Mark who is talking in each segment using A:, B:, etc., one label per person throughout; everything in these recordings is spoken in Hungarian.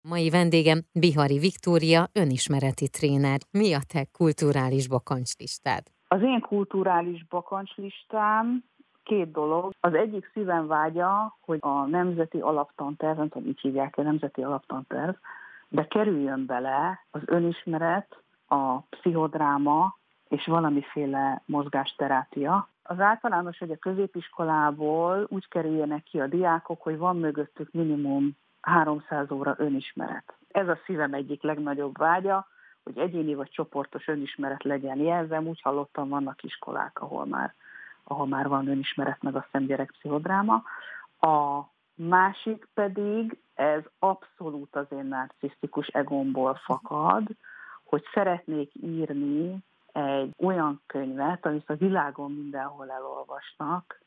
A: Mai vendégem Bihari Viktória, önismereti tréner. Mi a te kulturális bakancslistád?
B: Az én kulturális bakancslistám két dolog. Az egyik szívem vágya, hogy a Nemzeti Alaptanterv, nem tudom, így hívják a Nemzeti Alaptanterv, de kerüljön bele az önismeret, a pszichodráma és valamiféle mozgásterápia. Az általános, hogy a középiskolából úgy kerüljenek ki a diákok, hogy van mögöttük minimum 300 óra önismeret. Ez a szívem egyik legnagyobb vágya, hogy egyéni vagy csoportos önismeret legyen jelzem. Úgy hallottam, vannak iskolák, ahol már van önismeret, meg azt hiszem gyerekpszichodráma. A másik pedig, ez abszolút az én narcisztikus egomból fakad, hogy szeretnék írni egy olyan könyvet, amit a világon mindenhol elolvasnak,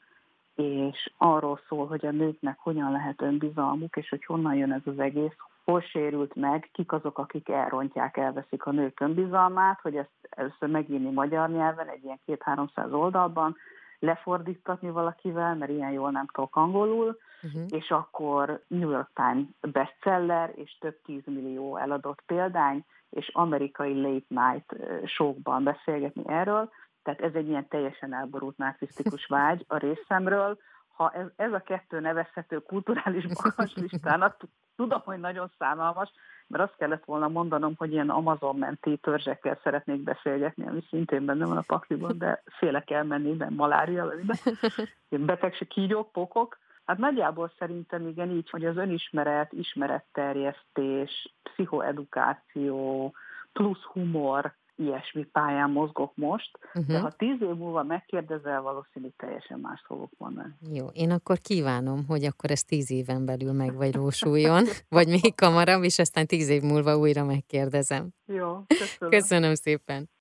B: és arról szól, hogy a nőknek hogyan lehet önbizalmuk, és hogy honnan jön ez az egész, hol sérült meg, kik azok, akik elrontják, elveszik a nők önbizalmát, hogy ezt először megírni magyar nyelven, egy ilyen 200-300 oldalban, lefordítatni valakivel, mert ilyen jól nem tudok angolul, és akkor New York Times bestseller, és több 10 millió eladott példány, és amerikai late night show-kban beszélgetni erről. Tehát ez egy ilyen teljesen elborult narcisztikus vágy a részemről. Ha ez a kettő nevezhető kulturális bakancslistának, tudom, hogy nagyon szánalmas, mert azt kellett volna mondanom, hogy ilyen Amazon menti törzsekkel szeretnék beszélgetni, ami szintén benne van a pakliban, de félek elmenni, mert malária, ilyen betegség, kígyók, pokok. Hát nagyjából szerintem igen így, hogy az önismeret, ismeretterjesztés, pszichoedukáció, plusz humor, ilyesmi pályán mozgok most, de ha 10 év múlva megkérdezel, valószínűleg teljesen más fogok mondani.
A: Jó, én akkor kívánom, hogy akkor ez 10 éven belül megvalósuljon, vagy még hamarabb, és aztán 10 év múlva újra megkérdezem.
B: Jó, köszönöm.
A: Köszönöm szépen.